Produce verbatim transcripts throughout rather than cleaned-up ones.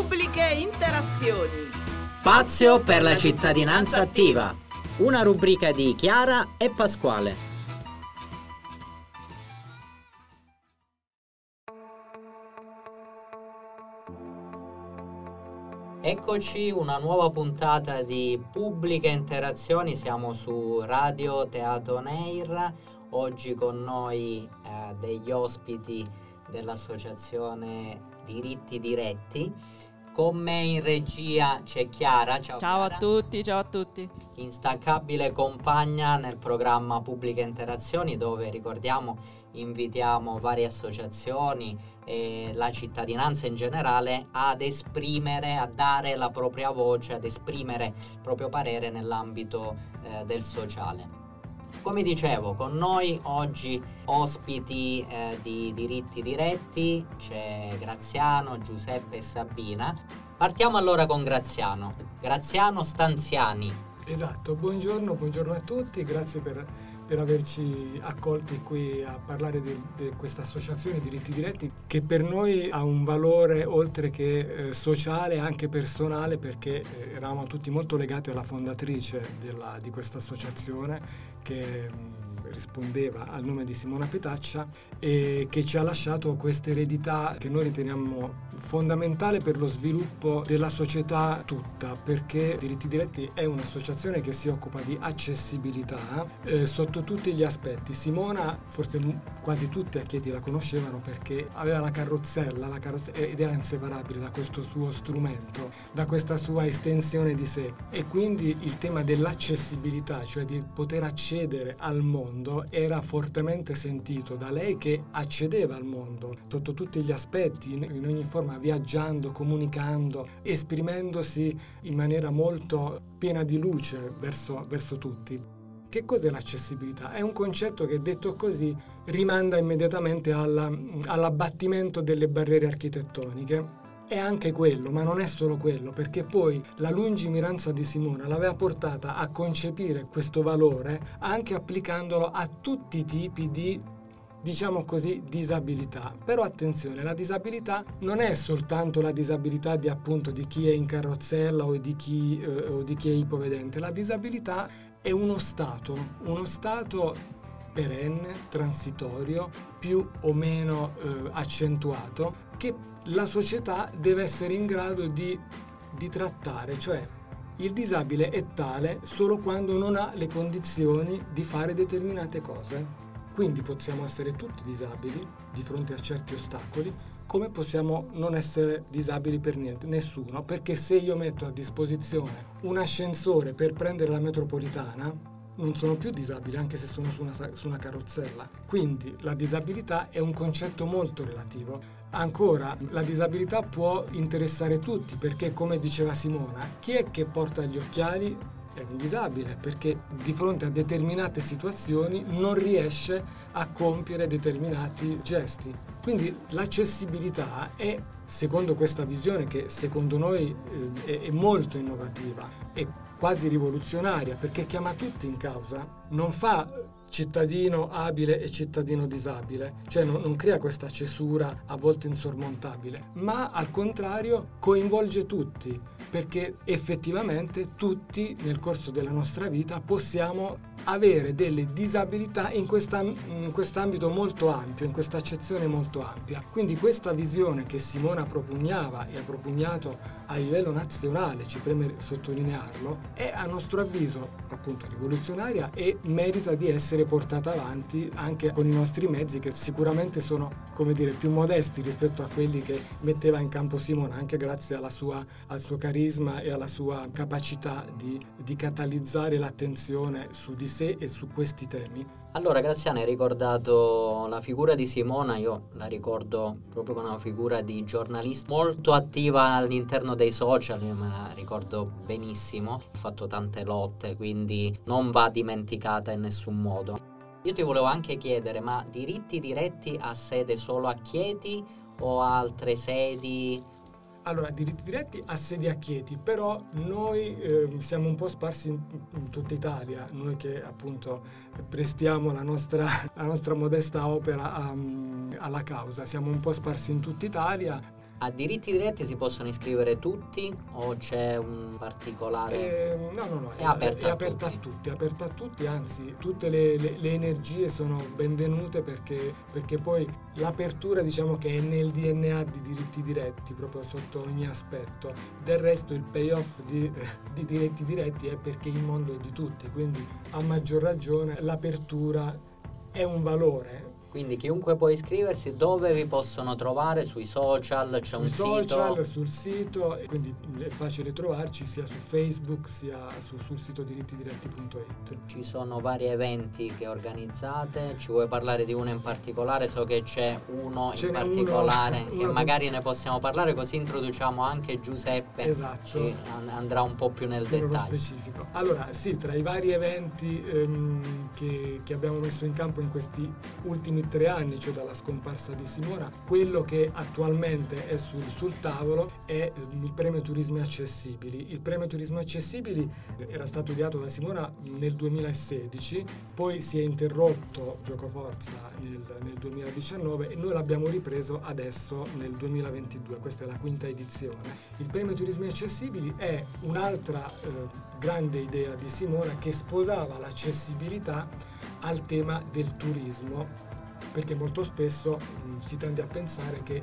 Pubbliche interazioni. Spazio per la cittadinanza attiva. Una rubrica di Chiara e Pasquale. Eccoci, una nuova puntata di Pubbliche Interazioni. Siamo su Radio Teatro On Air. Oggi con noi eh, degli ospiti dell'associazione Diritti Diretti. Con me in regia c'è Chiara. Ciao, ciao Chiara. a tutti, ciao a tutti. Instancabile compagna nel programma Pubbliche Interazioni, dove, ricordiamo, invitiamo varie associazioni e la cittadinanza in generale ad esprimere, a dare la propria voce, ad esprimere il proprio parere nell'ambito eh, del sociale. Come dicevo, con noi oggi ospiti eh, di Diritti Diretti, c'è Graziano, Giuseppe e Sabina. Partiamo allora con Graziano. Graziano Stanziani. Esatto, buongiorno, buongiorno a tutti, grazie per, per averci accolti qui a parlare di, di questa associazione Diritti Diretti, che per noi ha un valore oltre che eh, sociale, anche personale, perché eh, eravamo tutti molto legati alla fondatrice della, di questa associazione, che mh, rispondeva al nome di Simona Petaccia e che ci ha lasciato questa eredità che noi riteniamo fondamentale per lo sviluppo della società tutta, perché Diritti Diretti è un'associazione che si occupa di accessibilità eh, sotto tutti gli aspetti. Simona, forse quasi tutti a Chieti la conoscevano perché aveva la carrozzella, la carrozzella ed era inseparabile da questo suo strumento, da questa sua estensione di sé, e quindi il tema dell'accessibilità, cioè di poter accedere al mondo, era fortemente sentito da lei, che accedeva al mondo sotto tutti gli aspetti, in ogni forma, viaggiando, comunicando, esprimendosi in maniera molto piena di luce verso, verso tutti. Che cos'è l'accessibilità? È un concetto che, detto così, rimanda immediatamente alla, all'abbattimento delle barriere architettoniche. È anche quello, ma non è solo quello, perché poi la lungimiranza di Simona l'aveva portata a concepire questo valore anche applicandolo a tutti i tipi di, diciamo così, disabilità. Però attenzione, la disabilità non è soltanto la disabilità di, appunto, di chi è in carrozzella o di chi, eh, o di chi è ipovedente. La disabilità è uno stato, uno stato perenne, transitorio, più o meno eh, accentuato, che la società deve essere in grado di, di trattare. Cioè, il disabile è tale solo quando non ha le condizioni di fare determinate cose. Quindi possiamo essere tutti disabili di fronte a certi ostacoli, come possiamo non essere disabili per niente, nessuno, perché se io metto a disposizione un ascensore per prendere la metropolitana, non sono più disabile anche se sono su una, su una carrozzella. Quindi la disabilità è un concetto molto relativo. Ancora, la disabilità può interessare tutti, perché, come diceva Simona, chi è che porta gli occhiali è un disabile, perché di fronte a determinate situazioni non riesce a compiere determinati gesti. Quindi l'accessibilità è, secondo questa visione che secondo noi eh, è, è molto innovativa, è quasi rivoluzionaria, perché chiama tutti in causa, non fa cittadino abile e cittadino disabile, cioè non, non crea questa cesura a volte insormontabile, ma al contrario coinvolge tutti, perché effettivamente tutti nel corso della nostra vita possiamo avere delle disabilità in, questa, in quest'ambito molto ampio, in questa accezione molto ampia. Quindi questa visione che Simona propugnava e ha propugnato a livello nazionale, ci preme sottolinearlo, è a nostro avviso appunto rivoluzionaria e merita di essere portata avanti anche con i nostri mezzi, che sicuramente sono, come dire, più modesti rispetto a quelli che metteva in campo Simona, anche grazie alla sua, al suo carisma e alla sua capacità di, di catalizzare l'attenzione su di sé e su questi temi. Allora, Graziano, hai ricordato la figura di Simona. Io la ricordo proprio come una figura di giornalista molto attiva all'interno dei social, io me la ricordo benissimo, ha fatto tante lotte, quindi non va dimenticata in nessun modo. Io ti volevo anche chiedere, ma Diritti Diretti ha sede solo a Chieti o ha altre sedi? Allora, Diritti Diretti ha sede a Chieti, però noi eh, siamo un po' sparsi in, in tutta Italia, noi che appunto prestiamo la nostra, la nostra modesta opera a, alla causa, siamo un po' sparsi in tutta Italia. A diritti diretti si possono iscrivere tutti o c'è un particolare? Eh, no, no, no, è, è, aperta, è a aperta tutti. a tutti, è aperta a tutti, anzi tutte le, le, le energie sono benvenute perché, perché poi l'apertura diciamo che è nel D N A di diritti diretti, proprio sotto ogni aspetto. Del resto il payoff di, di diritti diretti è perché il mondo è di tutti, quindi a maggior ragione l'apertura è un valore. Quindi chiunque può iscriversi, dove vi possono trovare? Sui social? C'è Sui un social, sito? sul sito, e quindi è facile trovarci sia su Facebook sia su, sul sito diritti diretti punto it. Ci sono vari eventi che organizzate, ci vuoi parlare di uno in particolare? So che c'è uno Ce in n'è particolare uno, che uno magari che... ne possiamo parlare, così introduciamo anche Giuseppe. Esatto. Ci andrà un po' più nel più nello dettaglio. specifico. Allora sì, tra i vari eventi ehm, che, che abbiamo messo in campo in questi ultimi tre anni, cioè dalla scomparsa di Simona, quello che attualmente è sul, sul tavolo è il premio Turismi Accessibili. Il premio Turismi Accessibili era stato ideato da Simona nel duemilasedici, poi si è interrotto giocoforza nel, nel duemiladiciannove e noi l'abbiamo ripreso adesso nel duemilaventidue, questa è la quinta edizione. Il premio Turismi Accessibili è un'altra eh, grande idea di Simona che sposava l'accessibilità al tema del turismo, perché molto spesso mh, si tende a pensare che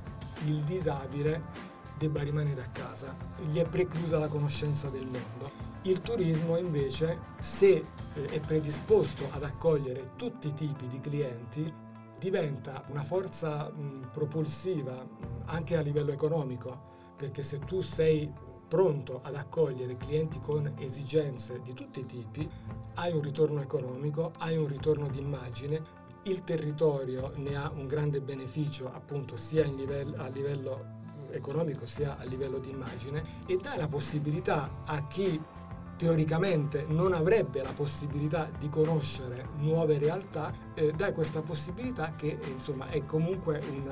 il disabile debba rimanere a casa, gli è preclusa la conoscenza del mondo. Il turismo invece, se eh, è predisposto ad accogliere tutti i tipi di clienti, diventa una forza mh, propulsiva mh, anche a livello economico, perché se tu sei pronto ad accogliere clienti con esigenze di tutti i tipi, hai un ritorno economico, hai un ritorno di immagine. Il territorio ne ha un grande beneficio appunto sia in livello, a livello economico sia a livello di immagine, e dà la possibilità a chi teoricamente non avrebbe la possibilità di conoscere nuove realtà, eh, dà questa possibilità che eh, insomma è comunque una,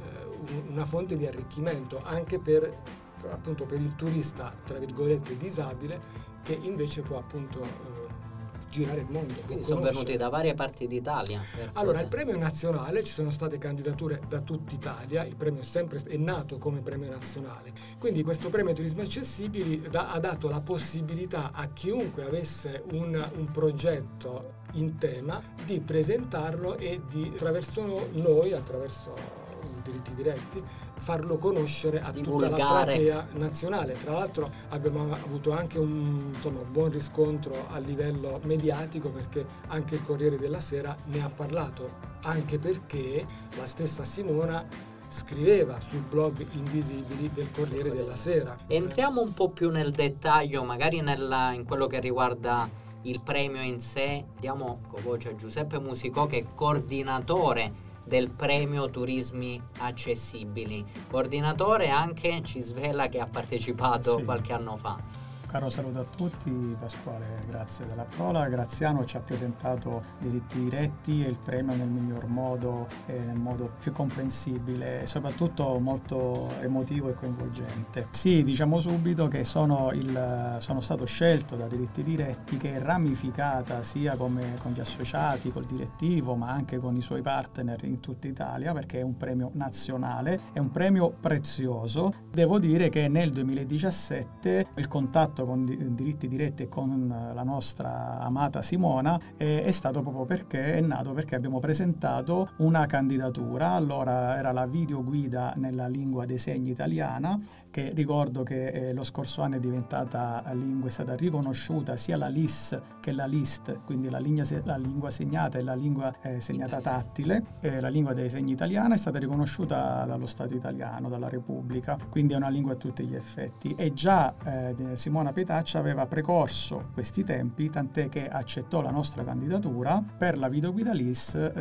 eh, una fonte di arricchimento anche per, appunto, per il turista tra virgolette disabile, che invece può appunto eh, girare il mondo. Quindi sono venuti da varie parti d'Italia. Allora, il premio nazionale, ci sono state candidature da tutta Italia, il premio è sempre è nato come premio nazionale, quindi questo premio Turismi Accessibili da, ha dato la possibilità a chiunque avesse un, un progetto in tema di presentarlo e di, attraverso noi, attraverso i diritti diretti, farlo conoscere a divulgare. Tutta la platea nazionale. Tra l'altro abbiamo avuto anche un insomma, buon riscontro a livello mediatico, perché anche il Corriere della Sera ne ha parlato, anche perché la stessa Simona scriveva sul blog Invisibili del Corriere della Sera. Entriamo un po' più nel dettaglio, magari nella, in quello che riguarda il premio in sé. Diamo con voce a Giuseppe Musicò, che è coordinatore del premio Turismi Accessibili, coordinatore anche, ci svela che ha partecipato sì. qualche anno fa. Caro saluto a tutti, Pasquale, grazie della parola. Graziano ci ha presentato Diritti Diretti e il premio nel miglior modo e nel modo più comprensibile e soprattutto molto emotivo e coinvolgente. Sì, diciamo subito che sono, il, sono stato scelto da Diritti Diretti, che è ramificata sia come con gli associati, col direttivo, ma anche con i suoi partner in tutta Italia, perché è un premio nazionale, è un premio prezioso. Devo dire che nel duemiladiciassette il contatto con Diritti Diretti e con la nostra amata Simona è, è stato proprio perché è nato perché abbiamo presentato una candidatura. Allora era la videoguida nella lingua dei segni italiana, che ricordo che eh, lo scorso anno è diventata lingua, è stata riconosciuta sia la L I S che la L I S T, quindi la, linea, la lingua segnata e la lingua eh, segnata tattile, eh, la lingua dei segni italiana è stata riconosciuta dallo Stato italiano, dalla Repubblica, quindi è una lingua a tutti gli effetti. E già eh, Simona Petaccia aveva precorso questi tempi, tant'è che accettò la nostra candidatura per la videoguida L I S eh,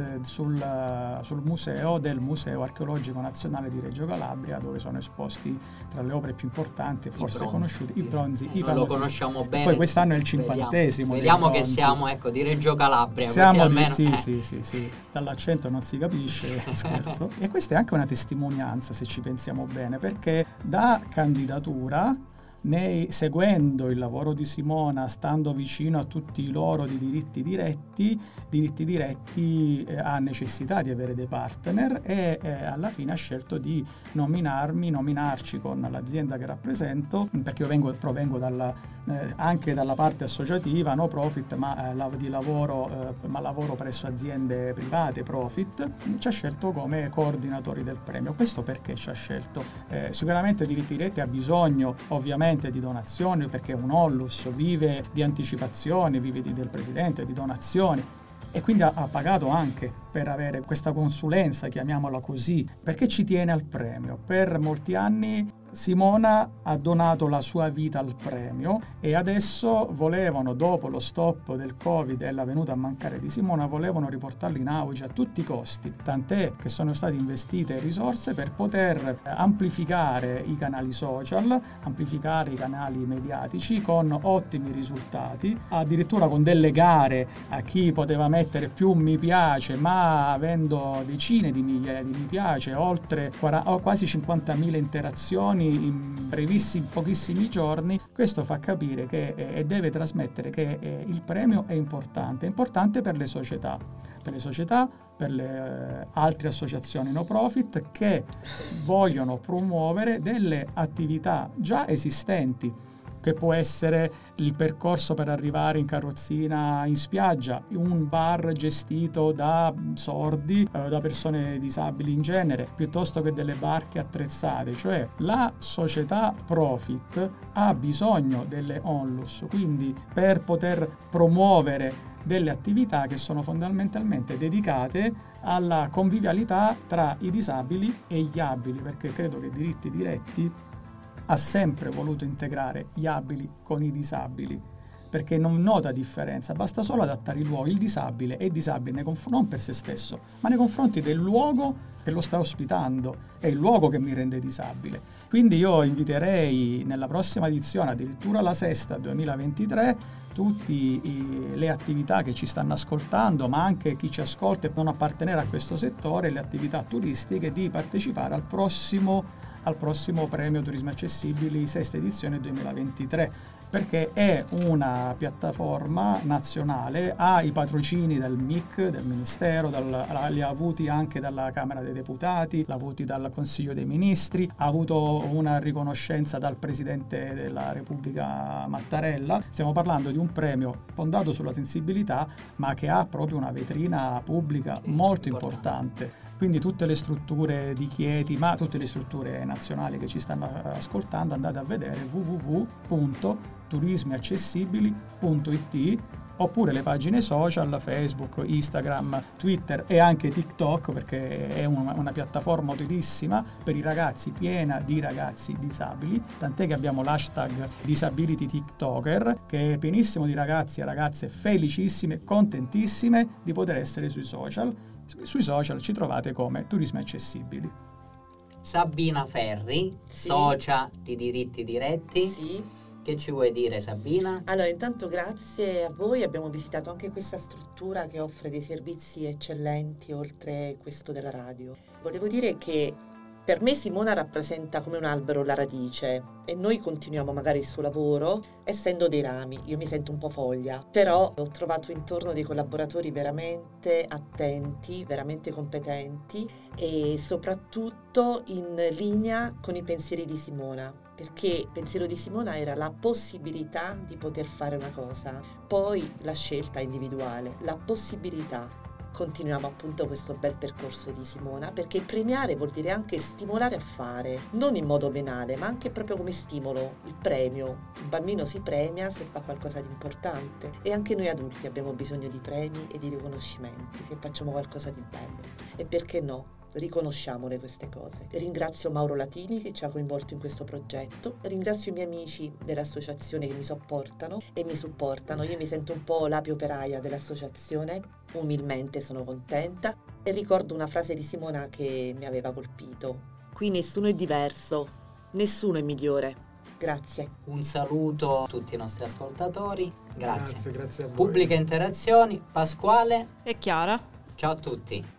sul, sul museo del Museo Archeologico Nazionale di Reggio Calabria, dove sono esposti tra le opere più importanti e forse conosciute i bronzi, eh, i famosi. Lo conosciamo bene. E poi quest'anno è il cinquantesimo. Speriamo che siamo, ecco, di Reggio Calabria. Siamo così almeno, di, sì, eh. sì, sì, sì, dall'accento non si capisce, scherzo. E questa è anche una testimonianza, se ci pensiamo bene, perché da candidatura nei, seguendo il lavoro di Simona, stando vicino a tutti loro di diritti diretti, diritti diretti eh, ha necessità di avere dei partner e eh, alla fine ha scelto di nominarmi, nominarci con l'azienda che rappresento, perché io vengo, provengo dalla, eh, anche dalla parte associativa, no profit, ma, eh, di lavoro, eh, ma lavoro presso aziende private, profit. Ci ha scelto come coordinatori del premio. Questo perché ci ha scelto? Eh, sicuramente Diritti Diretti ha bisogno ovviamente di donazioni, perché un Onlus vive di anticipazioni, vive di, del presidente, di donazioni, e quindi ha, ha pagato anche per avere questa consulenza, chiamiamola così, perché ci tiene al premio. Per molti anni Simona ha donato la sua vita al premio e adesso volevano, dopo lo stop del Covid e la venuta a mancare di Simona, volevano riportarlo in auge a tutti i costi, tant'è che sono state investite risorse per poter amplificare i canali social, amplificare i canali mediatici con ottimi risultati, addirittura con delle gare a chi poteva mettere più mi piace, ma avendo decine di migliaia di mi piace, oltre quasi cinquantamila interazioni in brevissimi, pochissimi giorni. Questo fa capire che e eh, deve trasmettere che eh, il premio è importante, è importante per le società, per le società, per le eh, altre associazioni no profit che vogliono promuovere delle attività già esistenti, che può essere il percorso per arrivare in carrozzina in spiaggia, un bar gestito da sordi, eh, da persone disabili in genere, piuttosto che delle barche attrezzate. Cioè la società profit ha bisogno delle Onlus, quindi per poter promuovere delle attività che sono fondamentalmente dedicate alla convivialità tra i disabili e gli abili, perché credo che Diritti Diretti ha sempre voluto integrare gli abili con i disabili, perché non nota differenza, basta solo adattare il luogo. Il disabile è disabile nei conf- non per se stesso, ma nei confronti del luogo che lo sta ospitando, è il luogo che mi rende disabile. Quindi io inviterei nella prossima edizione, addirittura la sesta duemilaventitré, tutte le attività che ci stanno ascoltando, ma anche chi ci ascolta e non appartenere a questo settore, le attività turistiche, di partecipare al prossimo al prossimo premio Turismo Accessibili sesta edizione duemilaventitré, perché è una piattaforma nazionale, ha i patrocini del M I C, del Ministero, dal, li ha avuti anche dalla Camera dei Deputati, l'ha avuti dal Consiglio dei Ministri, ha avuto una riconoscenza dal Presidente della Repubblica Mattarella. Stiamo parlando di un premio fondato sulla sensibilità, ma che ha proprio una vetrina pubblica molto importante. Quindi tutte le strutture di Chieti, ma tutte le strutture nazionali che ci stanno ascoltando, andate a vedere w w w punto turismi accessibili punto i t, oppure le pagine social, Facebook, Instagram, Twitter e anche TikTok, perché è una, una piattaforma utilissima per i ragazzi, piena di ragazzi disabili, tant'è che abbiamo l'hashtag Disability TikToker, che è pienissimo di ragazzi e ragazze felicissime, contentissime di poter essere sui social. Sui social ci trovate come Turismi Accessibili. Sabina Ferri, sì. Socia di Diritti Diretti. Sì. Che ci vuoi dire, Sabina? Allora, intanto grazie a voi, abbiamo visitato anche questa struttura che offre dei servizi eccellenti oltre questo della radio. Volevo dire che per me Simona rappresenta come un albero la radice e noi continuiamo magari il suo lavoro essendo dei rami. Io mi sento un po' foglia, però ho trovato intorno dei collaboratori veramente attenti, veramente competenti e soprattutto in linea con i pensieri di Simona, perché il pensiero di Simona era la possibilità di poter fare una cosa, poi la scelta individuale, la possibilità. Continuiamo appunto questo bel percorso di Simona, perché premiare vuol dire anche stimolare a fare, non in modo penale, ma anche proprio come stimolo, il premio. Un bambino si premia se fa qualcosa di importante e anche noi adulti abbiamo bisogno di premi e di riconoscimenti se facciamo qualcosa di bello. E perché no? Riconosciamole queste cose. Ringrazio Mauro Latini che ci ha coinvolto in questo progetto, ringrazio i miei amici dell'associazione che mi sopportano e mi supportano. Io mi sento un po' l'api operaia dell'associazione, umilmente sono contenta e ricordo una frase di Simona che mi aveva colpito: qui nessuno è diverso, nessuno è migliore. Grazie. Un saluto a tutti i nostri ascoltatori. Grazie. Grazie, grazie a voi. Pubbliche Interazioni, Pasquale e Chiara. Ciao a tutti.